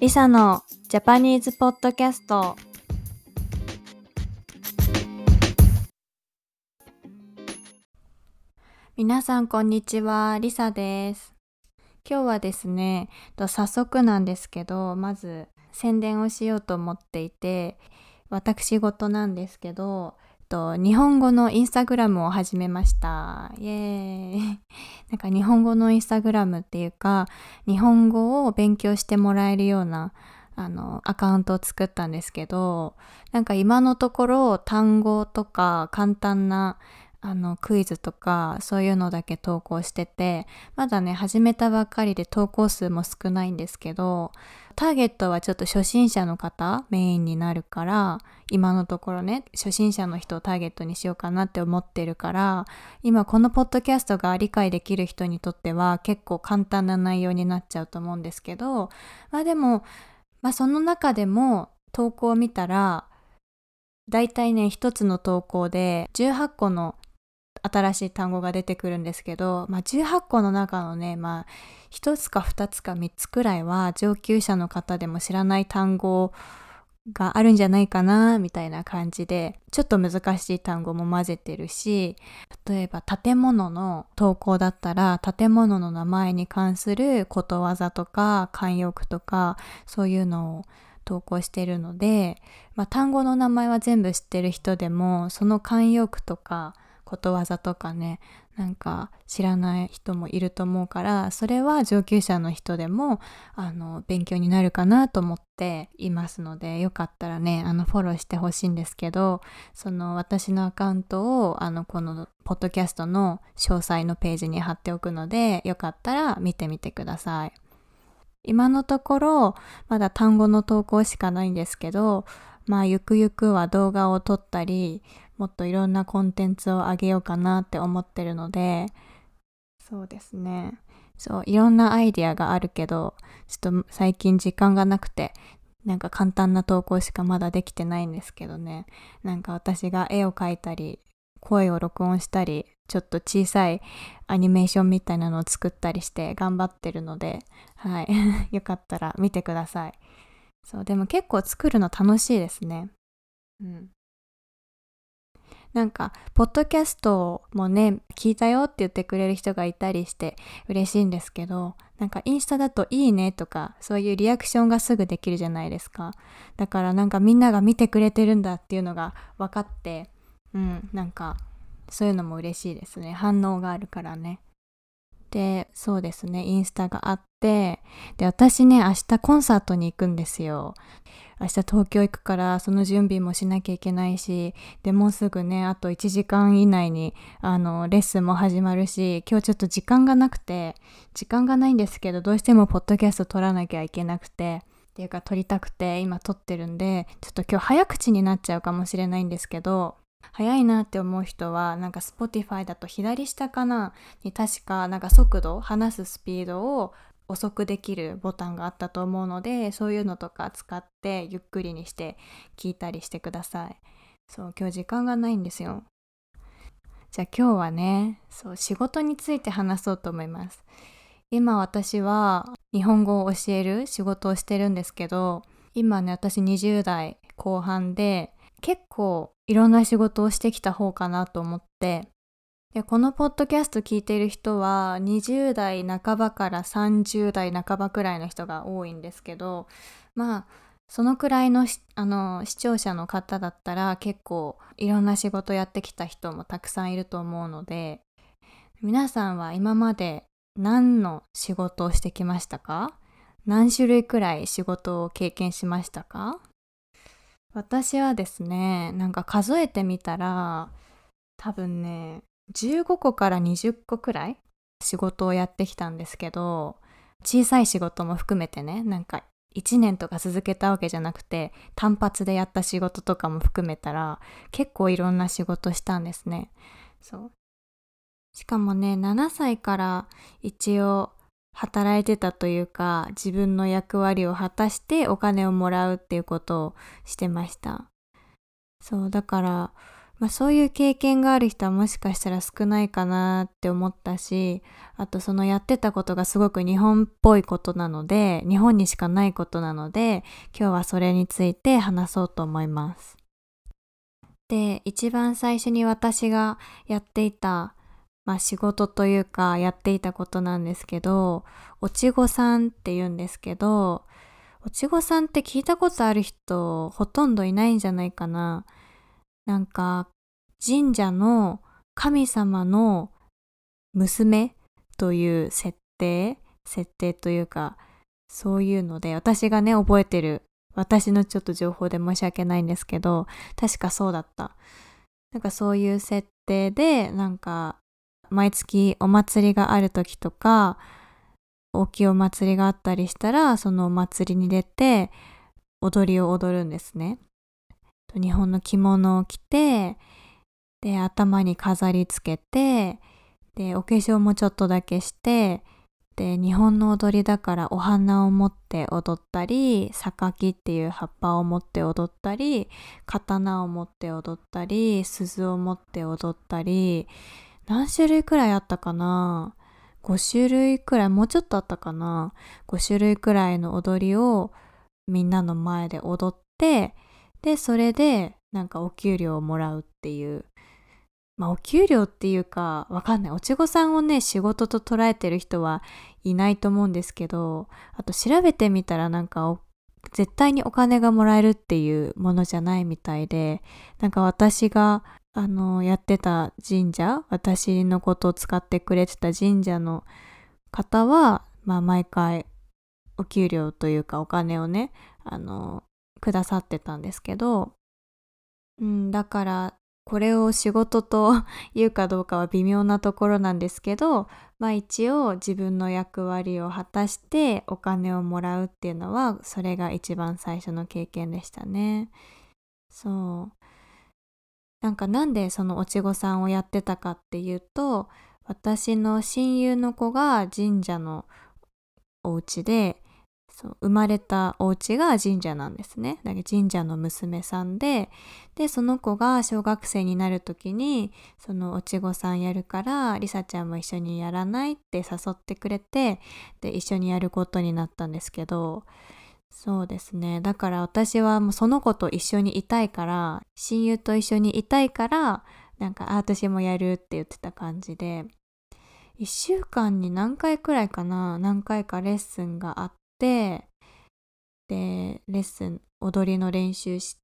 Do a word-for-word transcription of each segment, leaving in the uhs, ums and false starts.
リサのジャパニーズポッドキャスト。皆さんこんにちは、リサです。今日はですね、早速なんですけど、まず宣伝をしようと思っていて、私事なんですけど、日本語のインスタグラムを始めました。イエーイ。なんか日本語のインスタグラムっていうか、日本語を勉強してもらえるようなあのアカウントを作ったんですけど、なんか今のところ単語とか簡単なあのクイズとかそういうのだけ投稿してて、まだね始めたばっかりで投稿数も少ないんですけど、ターゲットはちょっと初心者の方メインになるから、今のところね初心者の人をターゲットにしようかなって思ってるから、今このポッドキャストが理解できる人にとっては結構簡単な内容になっちゃうと思うんですけど、まあでもまあその中でも投稿を見たらだいたいね一つの投稿でじゅうはっこの新しい単語が出てくるんですけど、まあ、じゅうはっこの中のね、まあ、ひとつかふたつかみっつくらいは上級者の方でも知らない単語があるんじゃないかなみたいな感じで、ちょっと難しい単語も混ぜてるし、例えば建物の投稿だったら建物の名前に関することわざとか慣用句とかそういうのを投稿してるので、まあ、単語の名前は全部知ってる人でもその慣用句とかことわざとかね、なんか知らない人もいると思うから、それは上級者の人でもあの勉強になるかなと思っていますので、よかったらねあのフォローしてほしいんですけど、その私のアカウントをあのこのポッドキャストの詳細のページに貼っておくので、よかったら見てみてください。今のところまだ単語の投稿しかないんですけど、まあゆくゆくは動画を撮ったり、もっといろんなコンテンツを上げようかなって思ってるので、そうですね。そう、いろんなアイディアがあるけど、ちょっと最近時間がなくて、なんか簡単な投稿しかまだできてないんですけどね。なんか私が絵を描いたり、声を録音したり、ちょっと小さいアニメーションみたいなのを作ったりして頑張ってるので、はい。よかったら見てください。そう、でも結構作るの楽しいですね。うん。なんかポッドキャストもね聞いたよって言ってくれる人がいたりして嬉しいんですけど、なんかインスタだといいねとかそういうリアクションがすぐできるじゃないですか。だからなんかみんなが見てくれてるんだっていうのが分かって、うん、なんかそういうのも嬉しいですね。反応があるからね。で、そうですね、インスタがあって、で私ね明日コンサートに行くんですよ。明日東京行くからその準備もしなきゃいけないし、でもうすぐねあといちじかん以内にあのレッスンも始まるし、今日ちょっと時間がなくて時間がないんですけど、どうしてもポッドキャスト撮らなきゃいけなくてっていうか撮りたくて今撮ってるんで、ちょっと今日早口になっちゃうかもしれないんですけど、早いなって思う人はなんか Spotify だと左下かなに確かなんか速度話すスピードを遅くできるボタンがあったと思うので、そういうのとか使ってゆっくりにして聞いたりしてください。そう、今日時間がないんですよ。じゃあ今日はね、そう仕事について話そうと思います。今私は日本語を教える仕事をしてるんですけど、今ね私にじゅう代後半で結構いろんな仕事をしてきた方かなと思って、でこのポッドキャスト聞いている人はにじゅう代半ばからさんじゅう代半ばくらいの人が多いんですけど、まあそのくらいの、あの視聴者の方だったら結構いろんな仕事やってきた人もたくさんいると思うので、皆さんは今まで何の仕事をしてきましたか？何種類くらい仕事を経験しましたか？私はですね、なんか数えてみたら多分ねじゅうごこからにじゅっこくらい仕事をやってきたんですけど、小さい仕事も含めてね、なんかいちねんとか続けたわけじゃなくて単発でやった仕事とかも含めたら結構いろんな仕事したんですね。そう。しかもねななさいから一応働いてたというか、自分の役割を果たしてお金をもらうっていうことをしてました。そうだからまあ、そういう経験がある人はもしかしたら少ないかなって思ったし、あとそのやってたことがすごく日本っぽいことなので、日本にしかないことなので、今日はそれについて話そうと思います。で、一番最初に私がやっていた、まあ、仕事というかやっていたことなんですけど、おちごさんって言うんですけど、おちごさんって聞いたことある人ほとんどいないんじゃないかな。なんか神社の神様の娘という設定設定というか、そういうので、私がね覚えてる、私のちょっと情報で申し訳ないんですけど、確かそうだった。なんかそういう設定で、なんか毎月お祭りがある時とか、大きいお祭りがあったりしたら、そのお祭りに出て踊りを踊るんですね。日本の着物を着て、で頭に飾りつけて、でお化粧もちょっとだけして、で日本の踊りだからお花を持って踊ったり、榊っていう葉っぱを持って踊ったり、刀を持って踊ったり、鈴を持って踊ったり、何種類くらいあったかな、ご種類くらい、もうちょっとあったかな、ご種類くらいの踊りをみんなの前で踊って、でそれでなんかお給料をもらうっていう、まあお給料っていうかわかんない、おちごさんをね仕事と捉えてる人はいないと思うんですけど、あと調べてみたらなんか絶対にお金がもらえるっていうものじゃないみたいで、なんか私があのやってた神社、私のことを使ってくれてた神社の方は、まあ毎回お給料というかお金をね、あのくださってたんですけど、うん、だからこれを仕事と言うかどうかは微妙なところなんですけど、まあ一応自分の役割を果たしてお金をもらうっていうのは、それが一番最初の経験でしたね。そう。なんかなんでそのおちごさんをやってたかっていうと、私の親友の子が神社のお家で、そう生まれたお家が神社なんですね。だから神社の娘さんで、でその子が小学生になる時に、そのおちごさんやるからりさちゃんも一緒にやらないって誘ってくれて、で一緒にやることになったんですけど、そうですね、だから私はもうその子と一緒にいたいから、親友と一緒にいたいから、なんかあ私もやるって言ってた感じで、いっしゅうかんに何回くらいかな、何回かレッスンがあって、でレッスン踊りの練習して、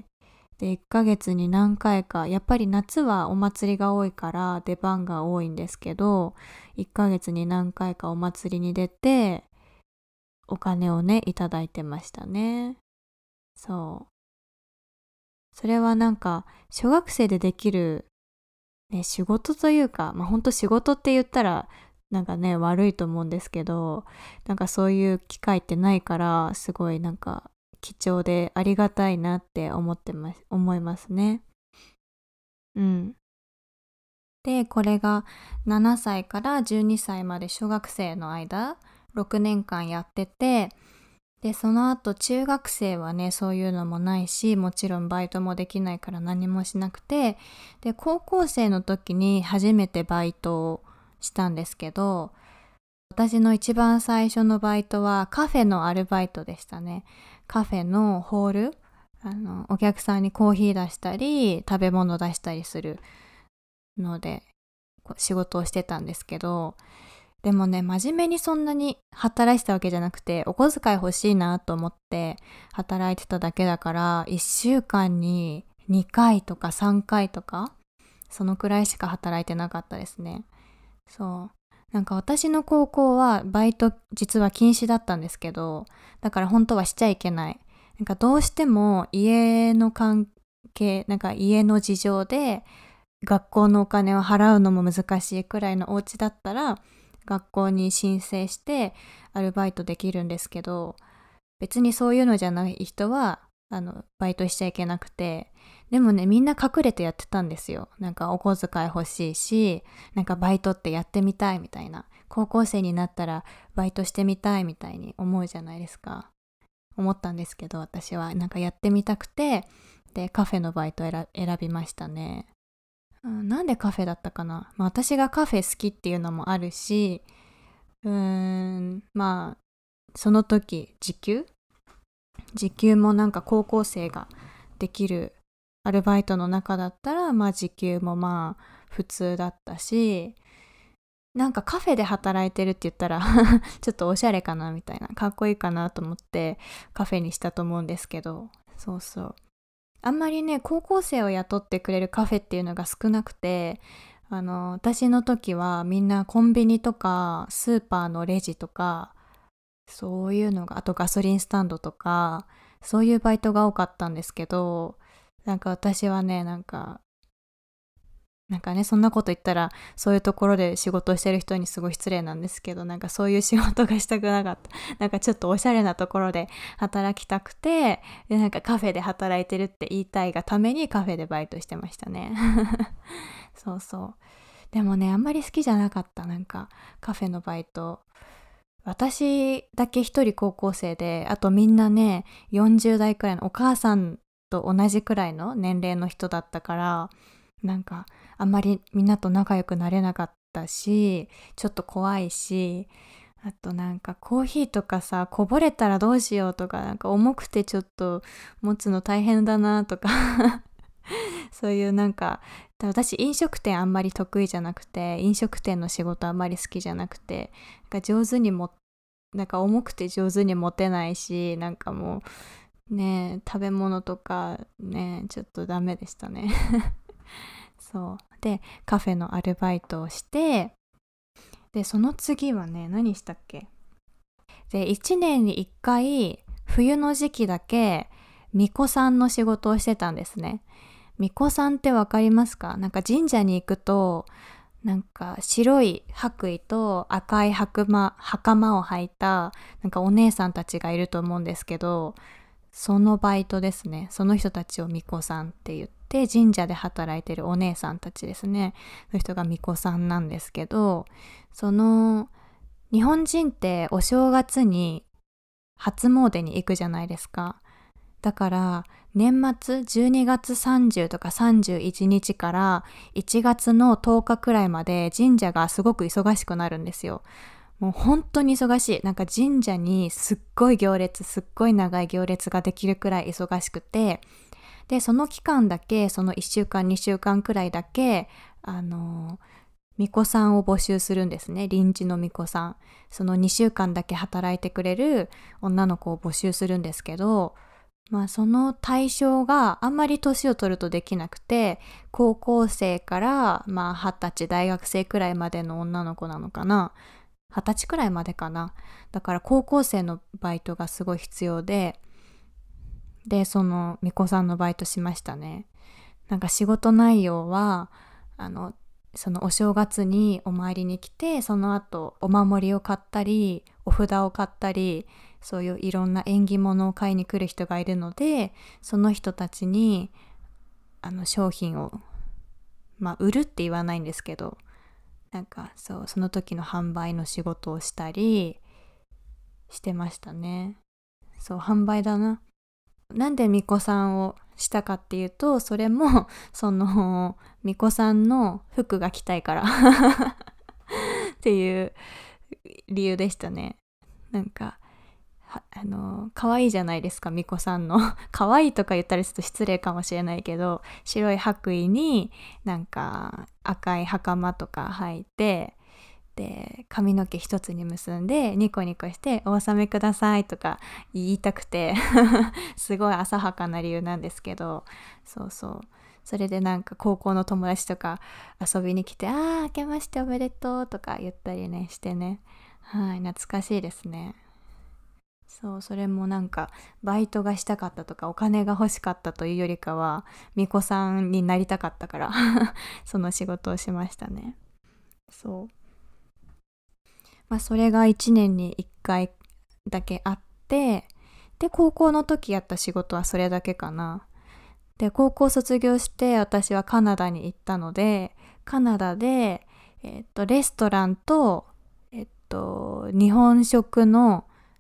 でいっかげつに何回か、やっぱり夏はお祭りが多いから出番が多いんですけど、いっかげつに何回かお祭りに出てお金をねいただいてましたね。そう、それはなんか小学生でできる、ね、仕事というか、まあ本当仕事って言ったらなんかね悪いと思うんですけど、なんかそういう機会ってないから、すごいなんか貴重でありがたいなって思ってます思いますね。うん。でこれがななさいからじゅうにさいまで小学生の間ろくねんかんやってて、でその後中学生はねそういうのもないし、もちろんバイトもできないから何もしなくて、で高校生の時に初めてバイトをしたんですけど、私の一番最初のバイトはカフェのアルバイトでしたね。カフェのホール、あのお客さんにコーヒー出したり食べ物出したりするので仕事をしてたんですけど、でもね真面目にそんなに働いてたわけじゃなくて、お小遣い欲しいなと思って働いてただけだから、いっしゅうかんににかいとかさんかいとか、そのくらいしか働いてなかったですね。そう、なんか私の高校はバイト実は禁止だったんですけど、だから本当はしちゃいけない、なんかどうしても家の関係、なんか家の事情で学校のお金を払うのも難しいくらいのお家だったら学校に申請してアルバイトできるんですけど、別にそういうのじゃない人はあのバイトしちゃいけなくて、でもねみんな隠れてやってたんですよ。なんかお小遣い欲しいし、なんかバイトってやってみたいみたいな、高校生になったらバイトしてみたいみたいに思うじゃないですか。思ったんですけど、私はなんかやってみたくて、 でカフェのバイトを選選びましたね。うん、なんでカフェだったかな、まあ、私がカフェ好きっていうのもあるし、うーんまあその時時給時給もなんか高校生ができるアルバイトの中だったら、まあ時給もまあ普通だったし、なんかカフェで働いてるって言ったらちょっとおしゃれかなみたいな、かっこいいかなと思ってカフェにしたと思うんですけど、そうそう、あんまりね高校生を雇ってくれるカフェっていうのが少なくて、あの私の時はみんなコンビニとかスーパーのレジとか、そういうのが、あとガソリンスタンドとか、そういうバイトが多かったんですけど、なんか私はね、なんか、なんかね、そんなこと言ったら、そういうところで仕事をしてる人にすごい失礼なんですけど、なんかそういう仕事がしたくなかった。なんかちょっとおしゃれなところで働きたくて、でなんかカフェで働いてるって言いたいがためにカフェでバイトしてましたね。そうそう。でもね、あんまり好きじゃなかった、なんかカフェのバイト。私だけ一人高校生で、あとみんなね、よんじゅう代くらいのお母さんと同じくらいの年齢の人だったから、なんかあんまりみんなと仲良くなれなかったし、ちょっと怖いし、あとなんかコーヒーとかさ、こぼれたらどうしようとか、なんか重くてちょっと持つの大変だなとかそういうなんか、私飲食店あんまり得意じゃなくて、飲食店の仕事あんまり好きじゃなくて、なんか上手にもなんか重くて上手に持てないし、なんかもうね、食べ物とかね、ちょっとダメでしたね。そうでカフェのアルバイトをして、でその次はね、何したっけ、でいちねんにいっかい冬の時期だけ巫女さんの仕事をしてたんですね。巫女さんってわかりますか？なんか神社に行くと、なんか白い白衣と赤い袴、袴を履いたなんかお姉さんたちがいると思うんですけど、そのバイトですね。その人たちを巫女さんって言って、神社で働いてるお姉さんたちですね。その人が巫女さんなんですけど、その日本人ってお正月に初詣に行くじゃないですか。だから年末じゅうにがつさんじゅうとかさんじゅういちにちからいちがつのとおかくらいまで神社がすごく忙しくなるんですよ。もう本当に忙しい。なんか神社にすっごい行列、すっごい長い行列ができるくらい忙しくて、でその期間だけ、そのいっしゅうかんにしゅうかんくらいだけあの巫女さんを募集するんですね。臨時の巫女さん、そのにしゅうかんだけ働いてくれる女の子を募集するんですけど、まあその対象があんまり年を取るとできなくて、高校生からまあはたち大学生くらいまでの女の子なのかな、はたちくらいまでかな。だから高校生のバイトがすごい必要で、でその巫女さんのバイトしましたね。なんか仕事内容は、あのそのお正月にお参りに来て、その後お守りを買ったりお札を買ったり、そういういろんな縁起物を買いに来る人がいるので、その人たちにあの商品を、まあ売るって言わないんですけど、なんかそうその時の販売の仕事をしたりしてましたね。そう販売だな。なんで巫女さんをしたかっていうと、それもその巫女さんの服が着たいからっていう理由でしたね。なんかあの可愛いじゃないですか、巫女さんの可愛いとか言ったらちょっと失礼かもしれないけど、白い白衣になんか赤い袴とか履いて、で髪の毛一つに結んでニコニコしてお納めくださいとか言いたくてすごい浅はかな理由なんですけど、そうそう、それでなんか高校の友達とか遊びに来て、あー明けましておめでとうとか言ったりねしてね、はい、懐かしいですね。そう、それもなんかバイトがしたかったとかお金が欲しかったというよりかは、巫女さんになりたかったからその仕事をしましたね。そう、まあそれがいちねんにいっかいだけあって、で高校の時やった仕事はそれだけかな。で高校卒業して私はカナダに行ったので、カナダでえっとレストランとえっと日本食の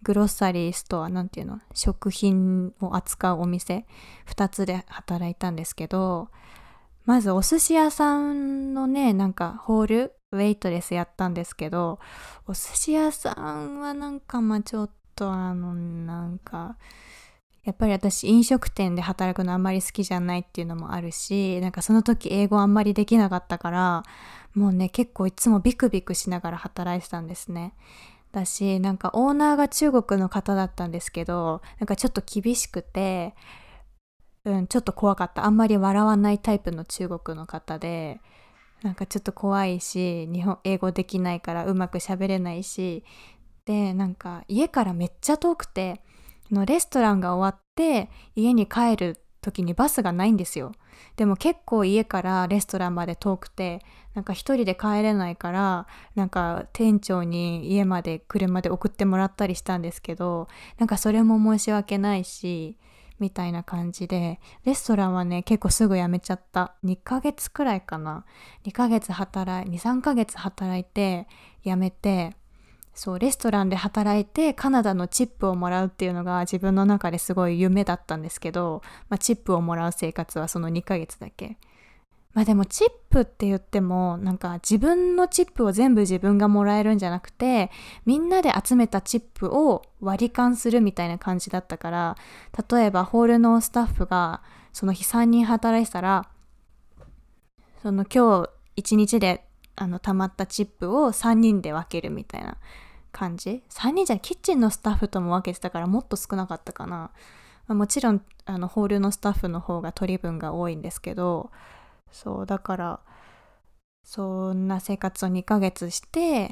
グロッサリーストア、なんていうの、食品を扱うお店ふたつで働いたんですけど、まずお寿司屋さんのね、なんかホールウェイトレスやったんですけど、お寿司屋さんはなんかまあちょっとあのなんかやっぱり私飲食店で働くのあんまり好きじゃないっていうのもあるし、なんかその時英語あんまりできなかったから、もうね結構いつもビクビクしながら働いてたんですね。だし、なんかオーナーが中国の方だったんですけど、なんかちょっと厳しくて、うん、ちょっと怖かった。あんまり笑わないタイプの中国の方で、なんかちょっと怖いし、日本英語できないからうまく喋れないし、でなんか家からめっちゃ遠くて、のレストランが終わって家に帰る時にバスがないんですよ。でも結構家からレストランまで遠くて、なんか一人で帰れないから、なんか店長に家まで車で送ってもらったりしたんですけど、なんかそれも申し訳ないしみたいな感じで、レストランはね結構すぐ辞めちゃった。にかげつくらいかな、にかげつ働いにさんかげつ働いて辞めて、そうレストランで働いてカナダのチップをもらうっていうのが自分の中ですごい夢だったんですけど、まあ、チップをもらう生活はそのにかげつだけ。まあでもチップって言ってもなんか自分のチップを全部自分がもらえるんじゃなくて、みんなで集めたチップを割り勘するみたいな感じだったから、例えばホールのスタッフがその日さんにん働いてたら、その今日いちにちであの溜まったチップをさんにんで分けるみたいな感じ。さんにんじゃキッチンのスタッフとも分けてたからもっと少なかったかな。まあ、もちろんあのホールのスタッフの方が取り分が多いんですけど、そうだからそんな生活をにかげつして、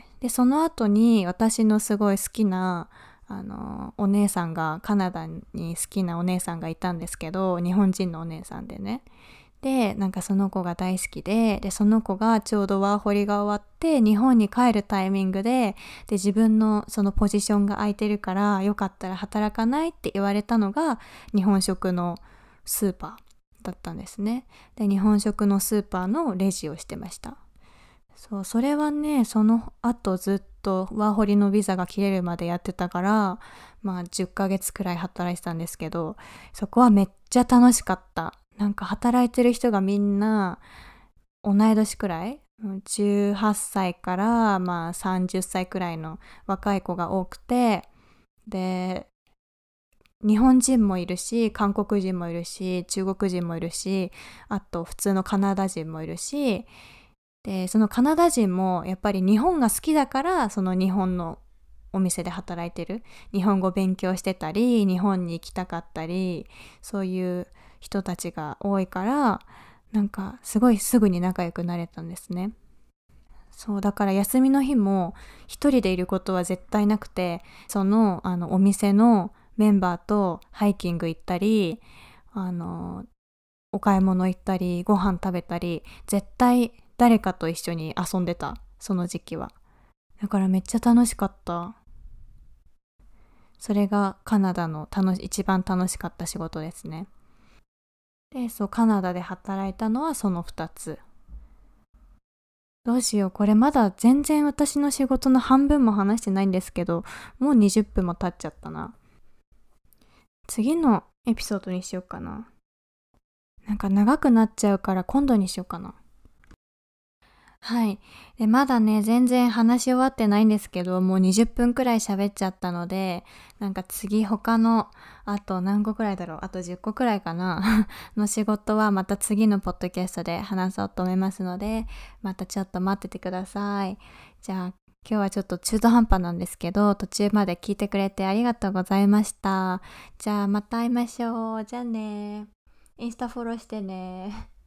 でその後に私のすごい好きなあのお姉さんが、カナダに好きなお姉さんがいたんですけど、日本人のお姉さんでね。でなんかその子が大好きで、でその子がちょうどワーホリが終わって日本に帰るタイミングで、で自分のそのポジションが空いてるからよかったら働かないって言われたのが日本食のスーパーだったんですね。で日本食のスーパーのレジをしてました。そうそれはね、その後ずっとワーホリのビザが切れるまでやってたから、まあじゅっかげつくらい働いてたんですけど、そこはめっちゃ楽しかった。なんか働いてる人がみんな同い年くらい、じゅうはっさいからまあさんじゅっさいくらいの若い子が多くて、で日本人もいるし、韓国人もいるし、中国人もいるし、あと普通のカナダ人もいるし、でそのカナダ人もやっぱり日本が好きだから、その日本のお店で働いてる、日本語勉強してたり日本に行きたかったり、そういう人たちが多いから、なんかすごいすぐに仲良くなれたんですね。そうだから休みの日も一人でいることは絶対なくて、そのあのお店のメンバーとハイキング行ったり、あのお買い物行ったりご飯食べたり、絶対誰かと一緒に遊んでた、その時期は。だからめっちゃ楽しかった。それがカナダの楽し一番楽しかった仕事ですね。でそうカナダで働いたのはそのふたつ。どうしよう、これまだ全然私の仕事の半分も話してないんですけど、もうにじゅっぷんも経っちゃったな。次のエピソードにしようかな。なんか長くなっちゃうから今度にしようかな。はい。で、まだね、全然話し終わってないんですけど、もうにじゅっぷんくらい喋っちゃったので、なんか次他の、あと何個くらいだろう、あとじゅっこくらいかなの仕事はまた次のポッドキャストで話そうと思いますので、またちょっと待っててください。じゃあ、今日はちょっと中途半端なんですけど、途中まで聞いてくれてありがとうございました。じゃあ、また会いましょう。じゃあね。インスタフォローしてね。